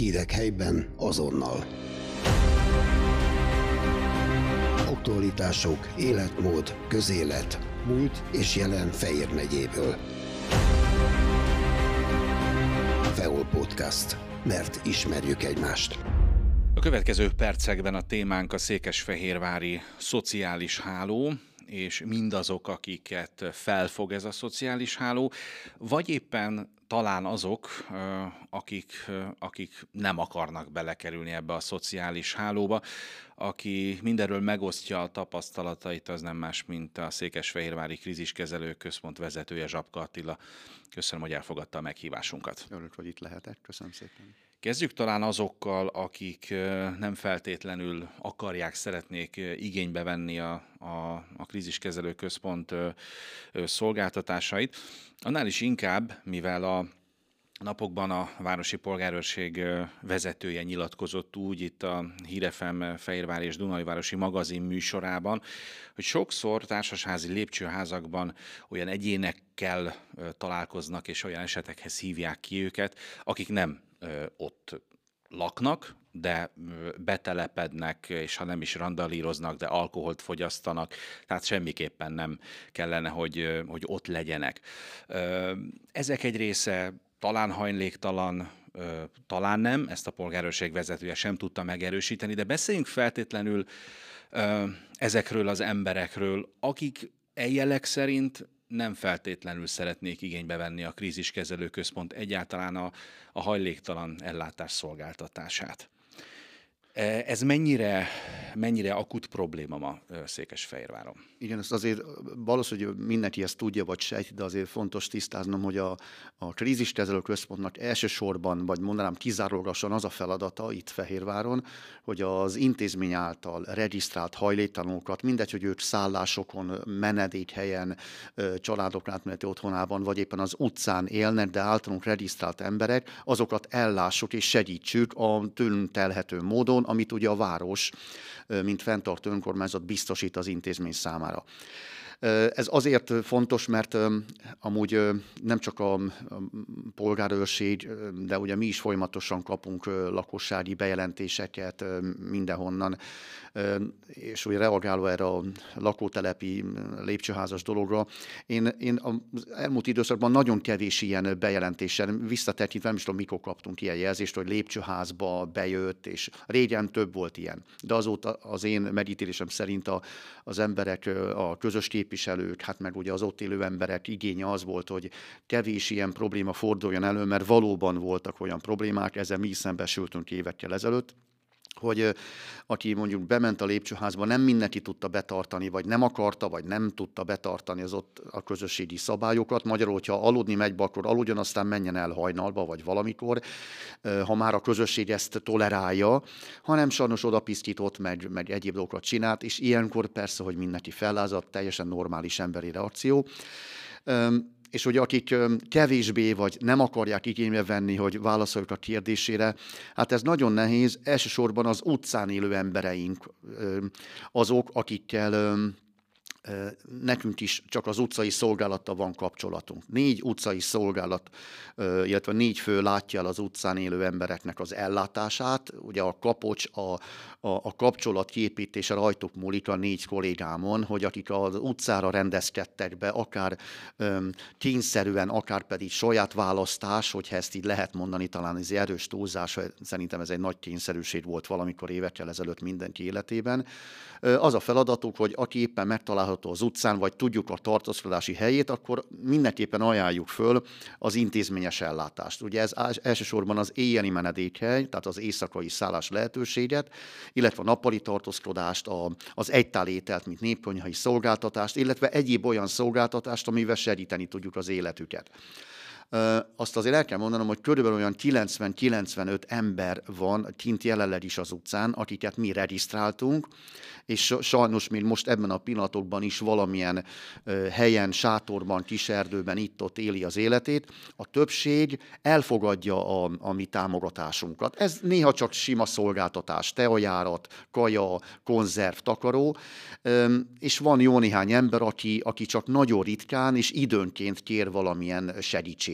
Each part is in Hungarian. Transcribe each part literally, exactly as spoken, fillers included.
Hírek helyben azonnal. Aktualitások, életmód, közélet, múlt és jelen Fejér megyéből. Feol Podcast, mert ismerjük egymást. A következő percekben a témánk a székesfehérvári szociális háló, és mindazok, akiket felfog ez a szociális háló, vagy éppen talán azok, akik, akik nem akarnak belekerülni ebbe a szociális hálóba. Aki mindenről megosztja a tapasztalatait, az nem más, mint a Székesfehérvári Kríziskezelő Központ vezetője, Zsapka Attila. Köszönöm, hogy elfogadta a meghívásunkat. Örülök, hogy itt lehetek. Köszönöm szépen. Kezdjük talán azokkal, akik nem feltétlenül akarják, szeretnék igénybe venni a, a, a Kríziskezelő Központ szolgáltatásait. Annál is inkább, mivel a napokban a Városi Polgárőrség vezetője nyilatkozott úgy itt a Hír ef em Fehérvár és Dunajvárosi magazin műsorában, hogy sokszor társasházi lépcsőházakban olyan egyénekkel találkoznak, és olyan esetekhez hívják ki őket, akik nem ott laknak, de betelepednek, és ha nem is randalíroznak, de alkoholt fogyasztanak, tehát semmiképpen nem kellene, hogy, hogy ott legyenek. Ezek egy része talán hajléktalan, talán nem, ezt a polgárőrség vezetője sem tudta megerősíteni, de beszéljünk feltétlenül ezekről az emberekről, akik eljelek szerint nem feltétlenül szeretnék igénybe venni a Kríziskezelő Központ egyáltalán a, a hajléktalan ellátás szolgáltatását. Ez mennyire, mennyire akut probléma ma Székesfehérváron? Igen, ezt azért valószínűleg mindenki ezt tudja, vagy sejti, de azért fontos tisztáznom, hogy a, a Kríziskezelő Központnak elsősorban, vagy mondanám kizárólagosan az a feladata itt Fehérváron, hogy az intézmény által regisztrált hajléktalanokat, mindegy, hogy ők szállásokon, menedékhelyen, családok átmeneti otthonában, vagy éppen az utcán élnek, de általunk regisztrált emberek, azokat ellássuk és segítsük a tőlünk telhető módon, amit ugye a város, mint fenntartó önkormányzat biztosít az intézmény számára. Ez azért fontos, mert amúgy nem csak a polgárőrség, de ugye mi is folyamatosan kapunk lakossági bejelentéseket mindenhonnan, és ugye reagálva erre a lakótelepi lépcsőházas dologra, én, én az elmúlt időszakban nagyon kevés ilyen bejelentéssel, visszatekintve nem is tudom, mikor kaptunk ilyen jelzést, hogy lépcsőházba bejött, és régen több volt ilyen. De azóta az én megítélésem szerint a, az emberek, a közös képviselők, hát meg ugye az ott élő emberek igénye az volt, hogy kevés ilyen probléma forduljon elő, mert valóban voltak olyan problémák, ezzel mi szembesültünk évekkel ezelőtt, hogy aki mondjuk bement a lépcsőházba, nem mindenki tudta betartani, vagy nem akarta, vagy nem tudta betartani az ott a közösségi szabályokat. Magyarul, hogyha aludni megy be, akkor aludjon, aztán menjen el hajnalba, vagy valamikor, ha már a közösség ezt tolerálja, hanem sajnos oda piszkított, meg, meg egyéb dolgokat csinált, és ilyenkor persze, hogy mindenki fellázadt, teljesen normális emberi reakció. És hogy akik kevésbé vagy nem akarják igénybe venni, hogy válaszoljuk a kérdésére, hát ez nagyon nehéz, elsősorban az utcán élő embereink azok, akikkel nekünk is csak az utcai szolgálattal van kapcsolatunk. Négy utcai szolgálat, illetve négy fő látja el az utcán élő embereknek az ellátását. Ugye a kapocs, a, a, a kapcsolat kiépítése rajtuk múlik a négy kollégámon, hogy akik az utcára rendezkedtek be, akár öm, kényszerűen, akár pedig saját választás, hogyha ezt így lehet mondani, talán ez erős túlzás, szerintem ez egy nagy kényszerűség volt valamikor évekkel ezelőtt mindenki életében. Az a feladatuk, hogy aki éppen megtalálható az utcán, vagy tudjuk a tartózkodási helyét, akkor mindenképpen ajánljuk föl az intézményes ellátást. Ugye ez elsősorban az éjjeli menedékhely, tehát az éjszakai szállás lehetőséget, illetve a nappali tartózkodást, az egytálételt, mint népkonyhai szolgáltatást, illetve egyéb olyan szolgáltatást, amivel segíteni tudjuk az életüket. Azt azért el kell mondanom, hogy körülbelül olyan kilencven-kilencvenöt ember van kint jelenleg is az utcán, akiket mi regisztráltunk, és sajnos még most ebben a pillanatokban is valamilyen helyen, sátorban, kiserdőben itt-ott éli az életét. A többség elfogadja a, a mi támogatásunkat. Ez néha csak sima szolgáltatás, teajárat, kaja, konzerv, takaró, és van jó néhány ember, aki, aki csak nagyon ritkán és időnként kér valamilyen segítséget.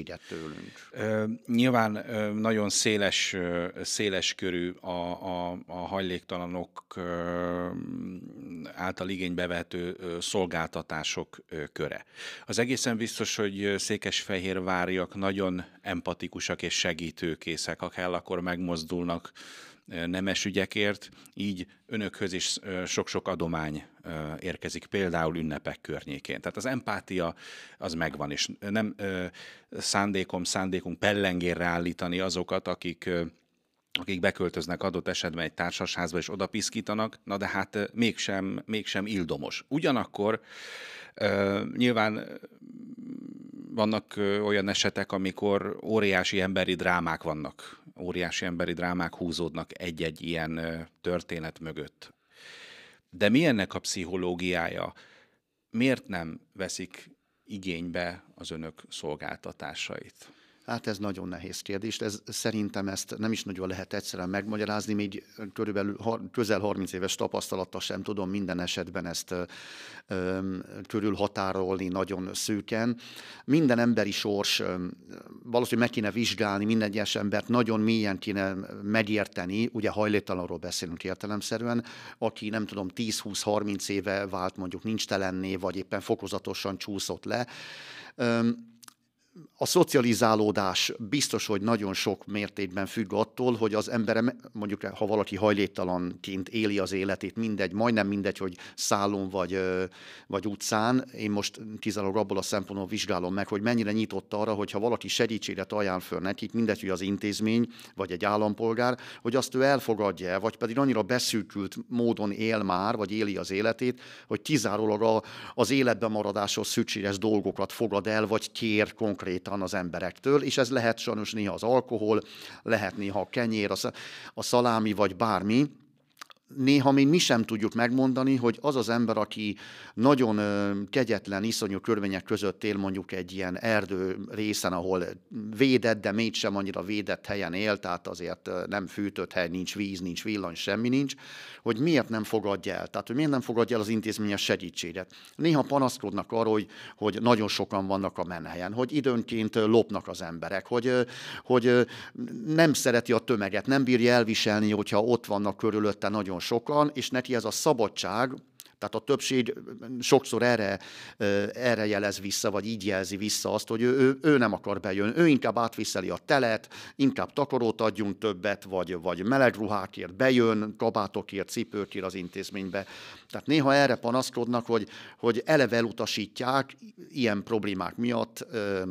segítséget tőlünk. Ö, nyilván ö, nagyon széles, ö, széles körű a, a, a hajléktalanok ö, által igénybe vehető ö, szolgáltatások ö, köre. Az egészen biztos, hogy székesfehérváriak nagyon empatikusak és segítőkészek, ha kell, akkor megmozdulnak nemes ügyekért, így önökhöz is sok-sok adomány érkezik, például ünnepek környékén. Tehát az empátia az megvan, és nem szándékom, szándékunk pellengérre állítani azokat, akik akik beköltöznek adott esetben egy társasházba és oda piszkítanak, na de hát mégsem, mégsem ildomos. Ugyanakkor nyilván vannak olyan esetek, amikor óriási emberi drámák vannak, óriási emberi drámák húzódnak egy-egy ilyen történet mögött. De mi ennek a pszichológiája? Miért nem veszik igénybe az önök szolgáltatásait? Hát ez nagyon nehéz kérdés. Ez, szerintem ezt nem is nagyon lehet egyszerűen megmagyarázni, még körülbelül közel harminc éves tapasztalattal sem tudom minden esetben ezt ö, körülhatárolni nagyon szűken. Minden emberi sors ö, valószínűleg meg kéne vizsgálni, minden egyes embert nagyon mélyen kéne megérteni, ugye hajléktalanról beszélünk értelemszerűen, aki nem tudom tíz-húsz-harminc éve vált mondjuk nincstelenné, vagy éppen fokozatosan csúszott le. Ö, A szocializálódás biztos, hogy nagyon sok mértékben függ attól, hogy az ember, mondjuk ha valaki hajléktalanként éli az életét, mindegy, majdnem mindegy, hogy szállón vagy, vagy utcán, én most kizárólag abból a szempontból vizsgálom meg, hogy mennyire nyitott arra, hogy ha valaki segítséget ajánl föl nekik, mindegy, hogy az intézmény vagy egy állampolgár, hogy azt ő elfogadja, vagy pedig annyira beszűkült módon él már, vagy éli az életét, hogy kizárólag a, az életben maradáshoz szükséges dolgokat fogad el, vagy kér konkrét az emberektől, és ez lehet sajnos néha az alkohol, lehet néha a kenyér, a szalámi, vagy bármi. Néha még mi sem tudjuk megmondani, hogy az az ember, aki nagyon kegyetlen, iszonyú körülmények között él mondjuk egy ilyen erdő részen, ahol védett, de mégsem annyira védett helyen él, tehát azért nem fűtött hely, nincs víz, nincs villany, semmi nincs, hogy miért nem fogadja el, tehát hogy miért nem fogadja el az intézményes segítséget. Néha panaszkodnak arról, hogy, hogy nagyon sokan vannak a menhelyen, hogy időnként lopnak az emberek, hogy, hogy nem szereti a tömeget, nem bírja elviselni, hogyha ott vannak körülötte nagyon sokan, és neki ez a szabadság, tehát a többség sokszor erre, erre jelez vissza, vagy így jelzi vissza azt, hogy ő, ő, ő nem akar bejönni. Ő inkább átviszeli a telet, inkább takarót adjunk többet, vagy, vagy meleg ruhákért bejön, kabátokért, cipőkért az intézménybe. Tehát néha erre panaszkodnak, hogy, hogy eleve elutasítják ilyen problémák miatt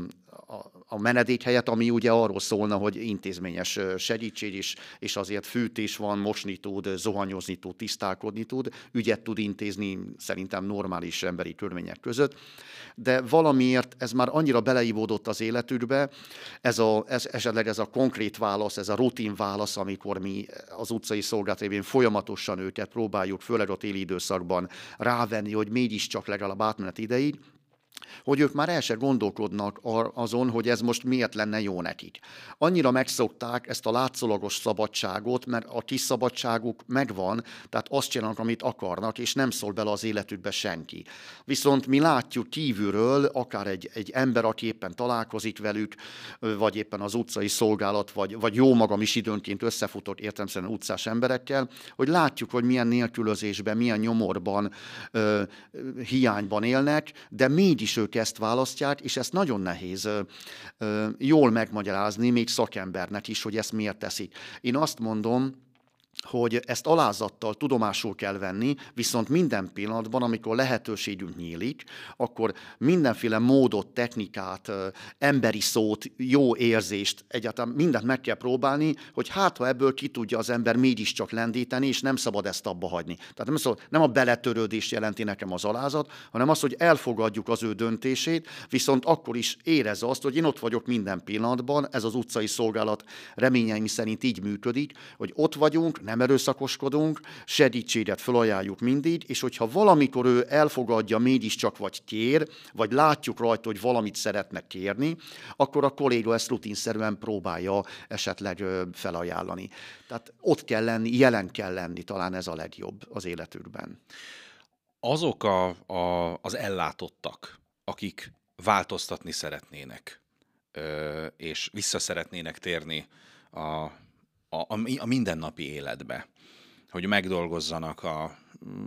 a menedékhelyet, ami ugye arról szólna, hogy intézményes segítség is, és azért fűtés van, mosni tud, zuhanyozni tud, tisztálkodni tud, ügyet tud intézni szerintem normális emberi körülmények között, de valamiért ez már annyira beleívódott az életükbe, ez, a, ez esetleg ez a konkrét válasz, ez a rutin válasz, amikor mi az utcai szolgálat révén folyamatosan őket próbáljuk, főleg a téli időszakban rávenni, hogy mégiscsak legalább átmenet ideig, hogy ők már el se gondolkodnak azon, hogy ez most miért lenne jó nekik. Annyira megszokták ezt a látszólagos szabadságot, mert a kis szabadságuk megvan, tehát azt csinálnak, amit akarnak, és nem szól bele az életükbe senki. Viszont mi látjuk kívülről, akár egy, egy ember, aki éppen találkozik velük, vagy éppen az utcai szolgálat, vagy, vagy jó magam is időnként összefutott értelemszerűen utcás emberekkel, hogy látjuk, hogy milyen nélkülözésben, milyen nyomorban, ö, hiányban élnek, de mégis ők ezt választják, és ezt nagyon nehéz ö, ö, jól megmagyarázni, még szakembernek is, hogy ezt miért teszik. Én azt mondom, hogy ezt alázattal tudomásul kell venni, viszont minden pillanatban, amikor lehetőségünk nyílik, akkor mindenféle módot, technikát, emberi szót, jó érzést, egyáltalán mindent meg kell próbálni, hogy hát, ha ebből ki tudja az ember mégiscsak lendíteni, és nem szabad ezt abba hagyni. Tehát nem, szabad, nem a beletörődést jelenti nekem az alázat, hanem az, hogy elfogadjuk az ő döntését, viszont akkor is érezze azt, hogy én ott vagyok minden pillanatban, ez az utcai szolgálat reményeim szerint így működik, hogy ott vagyunk, nem erőszakoskodunk, segítséget felajánljuk mindig, és hogyha valamikor ő elfogadja mégiscsak vagy kér, vagy látjuk rajta, hogy valamit szeretne kérni, akkor a kolléga ezt rutinszerűen próbálja esetleg felajánlani. Tehát ott kell lenni, jelen kell lenni, talán ez a legjobb az életükben. Azok a, a, az ellátottak, akik változtatni szeretnének, és vissza szeretnének térni a, a, a mindennapi életbe, hogy megdolgozzanak a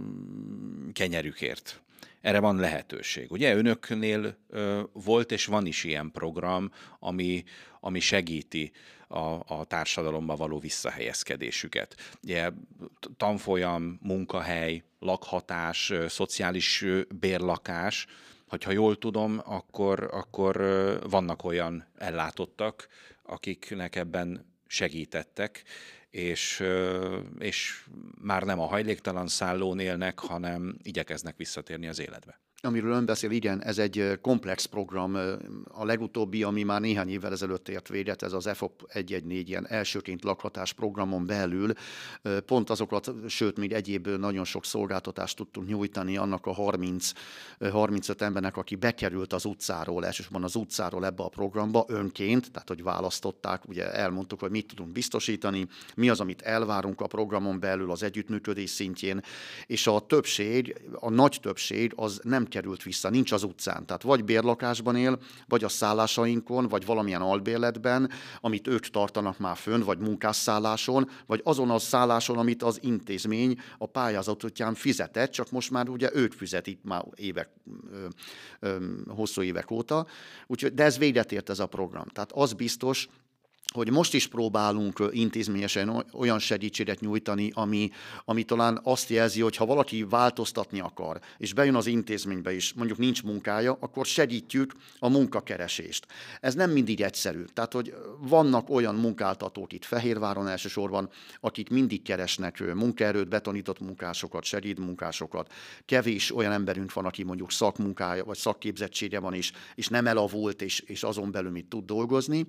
kenyerükért. Erre van lehetőség. Ugye önöknél ö, volt és van is ilyen program, ami, ami segíti a, a társadalomba való visszahelyezkedésüket. Ugye tanfolyam, munkahely, lakhatás, ö, szociális ö, bérlakás. Hogyha jól tudom, akkor, akkor ö, vannak olyan ellátottak, akiknek ebben segítettek, és, és már nem a hajléktalan szállón élnek, hanem igyekeznek visszatérni az életbe. Amiről ön beszél, igen, ez egy komplex program. A legutóbbi, ami már néhány évvel ezelőtt ért véget, ez az e fo pé száztizennégy ilyen elsőként lakhatás programon belül pont azokat, sőt, még egyéb nagyon sok szolgáltatást tudtunk nyújtani annak a harminc-harmincöt embernek, aki bekerült az utcáról, elsősorban az utcáról ebbe a programba önként, tehát hogy választották, ugye elmondtuk, hogy mit tudunk biztosítani, mi az, amit elvárunk a programon belül az együttműködés szintjén, és a többség, a nagy többség az nem került vissza, nincs az utcán. Tehát vagy bérlakásban él, vagy a szállásainkon, vagy valamilyen albérletben, amit ők tartanak már fönn, vagy munkásszálláson, vagy azon a szálláson, amit az intézmény a pályázatotján fizetett, csak most már ugye ők fizetik már évek, ö, ö, hosszú évek óta. Úgyhogy, de ez véget ért ez a program. Tehát az biztos, hogy most is próbálunk intézményesen olyan segítséget nyújtani, ami, ami talán azt jelzi, hogy ha valaki változtatni akar, és bejön az intézménybe is, mondjuk nincs munkája, akkor segítjük a munkakeresést. Ez nem mindig egyszerű. Tehát, hogy vannak olyan munkáltatók itt Fehérváron elsősorban, akik mindig keresnek munkaerőt, betanított munkásokat, segédmunkásokat. Kevés olyan emberünk van, aki mondjuk szakmunkája, vagy szakképzettsége van, és, és nem elavult, és, és azon belül mit tud dolgozni.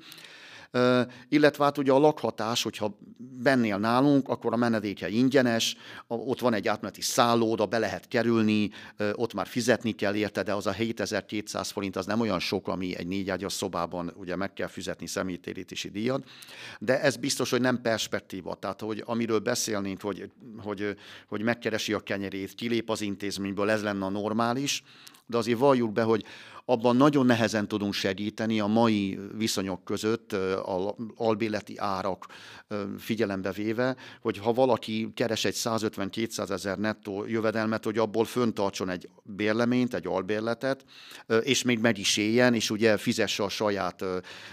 Uh, illetve hát ugye a lakhatás, hogyha bennél nálunk, akkor a menedéke ingyenes, a, ott van egy átmeneti szálló, oda be lehet kerülni, uh, ott már fizetni kell érte, de az a hétezer-kétszáz forint az nem olyan sok, ami egy négyágyas szobában ugye meg kell fizetni személytérítési díjat, de ez biztos, hogy nem perspektíva, tehát hogy amiről beszélnénk, hogy, hogy, hogy megkeresi a kenyerét, kilép az intézményből, ez lenne a normális, de azért valljuk be, hogy abban nagyon nehezen tudunk segíteni a mai viszonyok között, az albérleti árak figyelembe véve, hogy ha valaki keres egy százötven-kétszáz ezer nettó jövedelmet, hogy abból föntartson egy bérleményt, egy albérletet, és még meg is éljen, és ugye fizesse a saját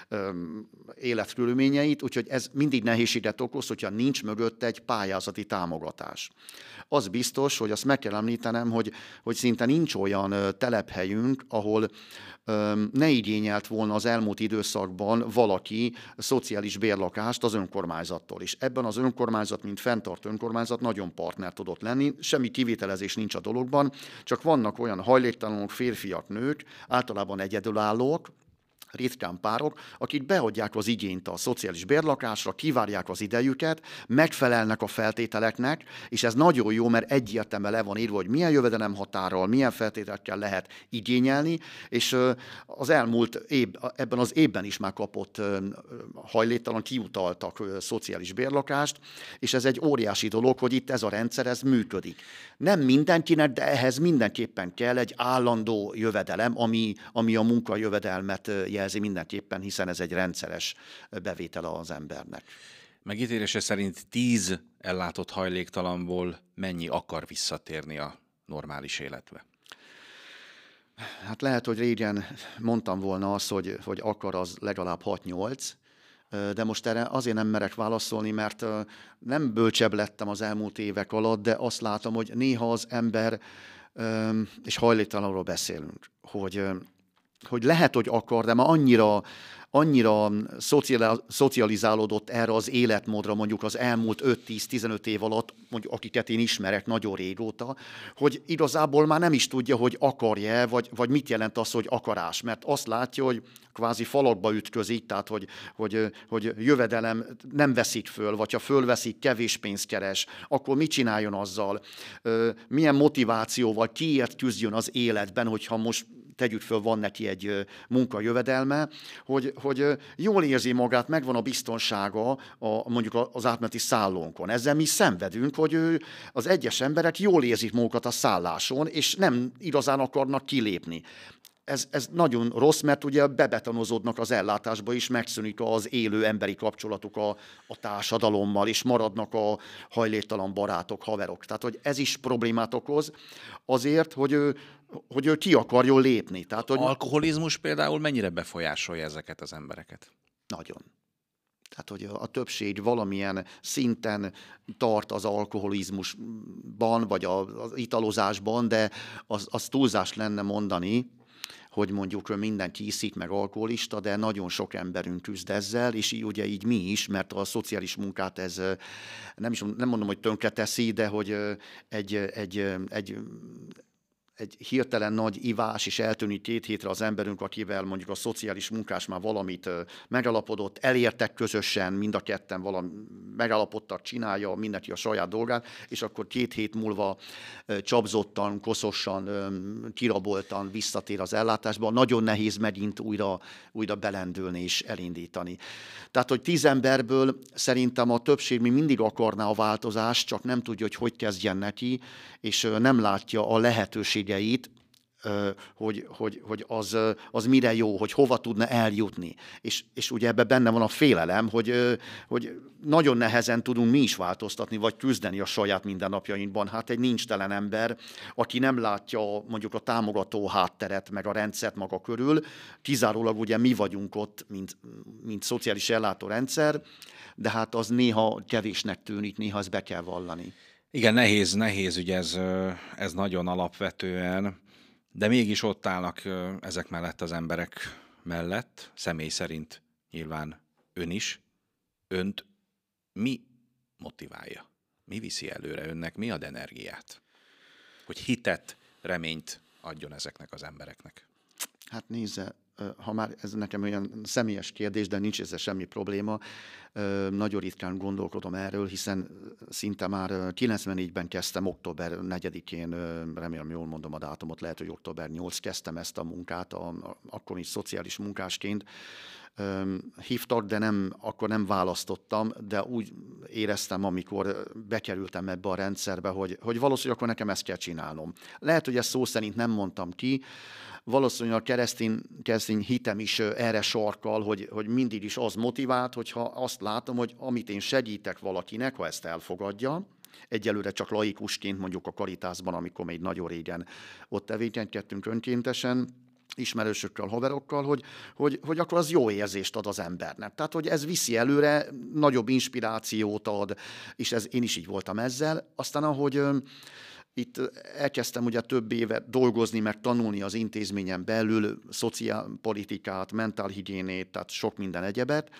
életkörülményeit, úgyhogy ez mindig nehézséget okoz, hogyha nincs mögött egy pályázati támogatás. Az biztos, hogy azt meg kell említenem, hogy, hogy szinte nincs olyan telephelyünk, ahol ne igényelt volna az elmúlt időszakban valaki szociális bérlakást az önkormányzattól. És ebben az önkormányzat, mint fenntartó önkormányzat nagyon partner tudott lenni, semmi kivitelezés nincs a dologban, csak vannak olyan hajléktalanok, férfiak, nők, általában egyedülállók, ritkán párok, akik beadják az igényt a szociális bérlakásra, kivárják az idejüket, megfelelnek a feltételeknek, és ez nagyon jó, mert egyértelműen le van írva, hogy milyen jövedelemhatárral, milyen feltételekkel lehet igényelni, és az elmúlt év, ebben az évben is már kapott hajléktalan, kiutaltak szociális bérlakást, és ez egy óriási dolog, hogy itt ez a rendszer, ez működik. Nem mindenkinek, de ehhez mindenképpen kell egy állandó jövedelem, ami, ami a munkajövedelmet jelzi mindenképpen, hiszen ez egy rendszeres bevétele az embernek. Megítélése szerint tíz ellátott hajléktalanból mennyi akar visszatérni a normális életbe? Hát lehet, hogy régen mondtam volna azt, hogy, hogy akar az legalább hat-nyolc, de most erre azért nem merek válaszolni, mert nem bölcsebb lettem az elmúlt évek alatt, de azt látom, hogy néha az ember, és hajléktalanról beszélünk, hogy hogy lehet, hogy akar, de már annyira, annyira szocializálódott erre az életmódra mondjuk az elmúlt öt-tíz-tizenöt év alatt, mondjuk akiket én ismerek nagyon régóta, hogy igazából már nem is tudja, hogy akarja, vagy, vagy mit jelent az, hogy akarás. Mert azt látja, hogy kvázi falakba ütközik, tehát hogy, hogy, hogy jövedelem nem veszik föl, vagy ha fölveszik, kevés pénzt keres, akkor mit csináljon azzal, milyen motivációval, kiért küzdjön az életben, hogyha most tegyük föl, van neki egy munkajövedelme, hogy, hogy jól érzi magát, megvan a biztonsága a, mondjuk az átmeneti szállónkon. Ezzel mi szenvedünk, hogy ő, az egyes emberek jól érzik magukat a szálláson, és nem igazán akarnak kilépni. ez, ez nagyon rossz, mert ugye bebetonozódnak az ellátásba is, megszűnik az élő emberi kapcsolatuk a, a társadalommal, és maradnak a hajléktalan barátok, haverok. Tehát, hogy ez is problémát okoz azért, hogy ő, hogy ő ki akarjon lépni. Tehát, hogy... Alkoholizmus például mennyire befolyásolja ezeket az embereket? Nagyon. Tehát, hogy a többség valamilyen szinten tart az alkoholizmusban, vagy az italozásban, de az, az túlzás lenne mondani, hogy mondjuk mindenki iszik meg alkoholista, de nagyon sok emberünk küzd ezzel, és így, ugye így mi is, mert a szociális munkát ez nem, is, nem mondom, hogy tönkreteszi, de hogy egy, egy, egy egy hirtelen nagy ivás, és eltűnik két hétre az emberünk, akivel mondjuk a szociális munkás már valamit megalapodott, elértek közösen, mind a ketten valami megalapodtak, csinálja mindenki a saját dolgát, és akkor két hét múlva csapzottan, koszossan, kiraboltan visszatér az ellátásba. Nagyon nehéz megint újra, újra belendülni és elindítani. Tehát, hogy tíz emberből szerintem a többség mi mindig akarná a változást, csak nem tudja, hogy hogy kezdjen neki, és nem látja a lehetőségeit, hogy, hogy, hogy az, az mire jó, hogy hova tudna eljutni. És, és ugye ebben benne van a félelem, hogy, hogy nagyon nehezen tudunk mi is változtatni, vagy küzdeni a saját mindennapjainkban. Hát egy nincstelen ember, aki nem látja mondjuk a támogató hátteret, meg a rendszert maga körül, kizárólag ugye mi vagyunk ott, mint, mint szociális ellátórendszer, de hát az néha kevésnek tűnik, néha ezt be kell vallani. Igen, nehéz, nehéz ugye ez, ez nagyon alapvetően, de mégis ott állnak ezek mellett az emberek mellett, személy szerint nyilván ön is. Önt mi motiválja? Mi viszi előre önnek? Mi ad energiát? Hogy hitet, reményt adjon ezeknek az embereknek. Hát nézze, ha már ez nekem olyan személyes kérdés, de nincs ezzel semmi probléma, nagyon ritkán gondolkodom erről, hiszen szinte már kilencvennégyben kezdtem, október negyedikén, remélem jól mondom a dátumot, lehet, hogy október nyolcadikán kezdtem ezt a munkát, a, a, akkor is szociális munkásként. Hívtak, de nem, akkor nem választottam, de úgy éreztem, amikor bekerültem ebbe a rendszerbe, hogy, hogy valószínűleg akkor nekem ezt kell csinálnom. Lehet, hogy ezt szó szerint nem mondtam ki, valószínűleg a keresztény, keresztény hitem is erre sarkal, hogy, hogy mindig is az motivált, hogyha azt látom, hogy amit én segítek valakinek, ha ezt elfogadja, egyelőre csak laikusként mondjuk a Karitásban, amikor még nagyon régen ott tevékenykedtünk önkéntesen, ismerősökkel, haverokkal, hogy, hogy, hogy akkor az jó érzést ad az embernek. Tehát, hogy ez viszi előre, nagyobb inspirációt ad, és ez, én is így voltam ezzel. Aztán, ahogy itt elkezdtem ugye több évet dolgozni, meg tanulni az intézményen belül, szociálpolitikát, mentálhigiénét, tehát sok minden egyebet,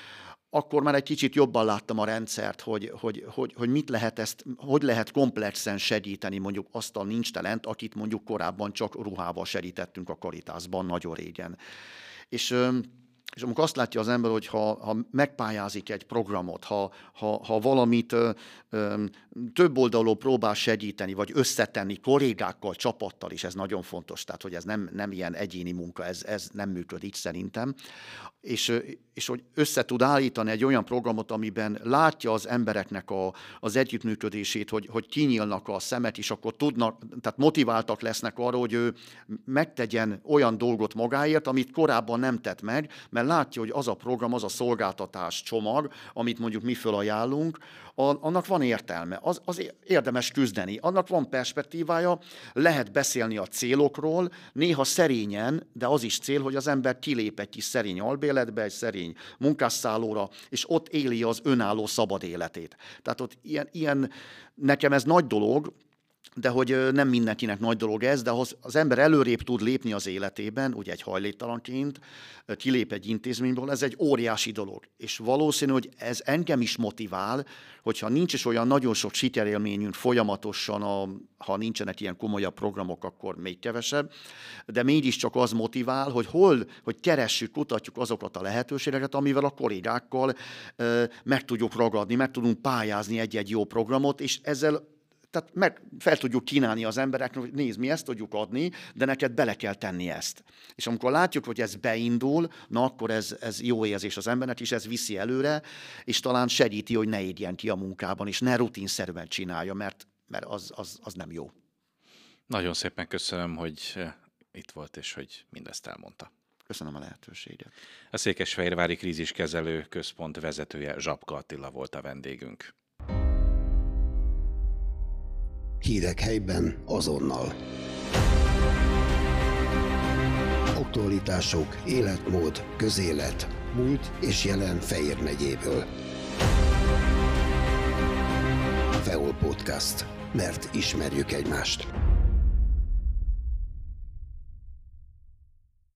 akkor már egy kicsit jobban láttam a rendszert, hogy, hogy, hogy, hogy mit lehet ezt, hogy lehet komplexen segíteni mondjuk azt a nincstelent, akit mondjuk korábban csak ruhával segítettünk a Karitásban nagyon régen. És És amikor azt látja az ember, hogy ha, ha megpályázik egy programot, ha, ha, ha valamit ö, ö, több oldalról próbál segíteni, vagy összetenni kollégákkal, csapattal is, ez nagyon fontos, tehát hogy ez nem, nem ilyen egyéni munka, ez, ez nem működik szerintem, és, és hogy össze tud állítani egy olyan programot, amiben látja az embereknek a, az együttműködését, hogy, hogy kinyílnak a szemet, és akkor tudnak, tehát motiváltak lesznek arra, hogy ő megtegyen olyan dolgot magáért, amit korábban nem tett meg, mert látja, hogy az a program, az a szolgáltatás csomag, amit mondjuk mi fölajánlunk, annak van értelme, az, az érdemes küzdeni, annak van perspektívája, lehet beszélni a célokról, néha szerényen, de az is cél, hogy az ember kilép egy kis szerény albéletbe, egy szerény munkásszállóra, és ott éli az önálló szabad életét. Tehát ott ilyen, ilyen nekem ez nagy dolog, de hogy nem mindenkinek nagy dolog ez, de az, az ember előrébb tud lépni az életében, ugye egy hajléktalanként, kilép egy intézményből, ez egy óriási dolog. És valószínű, hogy ez engem is motivál, hogyha nincs is olyan nagyon sok sikerélményünk folyamatosan, a, ha nincsenek ilyen komolyabb programok, akkor még kevesebb, de mégiscsak az motivál, hogy hol, hogy keressük, kutatjuk azokat a lehetőségeket, amivel a kollégákkal ö, meg tudjuk ragadni, meg tudunk pályázni egy-egy jó programot, és ezzel tehát meg fel tudjuk kínálni az embereknek, hogy nézd, mi ezt tudjuk adni, de neked bele kell tenni ezt. És amikor látjuk, hogy ez beindul, na akkor ez, ez jó érzés az embernek, és ez viszi előre, és talán segíti, hogy ne érjen ki a munkában, és ne rutinszerűen csinálja, mert, mert az, az, az nem jó. Nagyon szépen köszönöm, hogy itt volt, és hogy mindezt elmondta. Köszönöm a lehetőséget. A Székesfehérvári Kríziskezelő Központ vezetője, Zsapka Attila volt a vendégünk. Hírek helyben azonnal. Aktualitások, életmód, közélet, múlt és jelen Fejér megyéből. Feol Podcast, mert ismerjük egymást.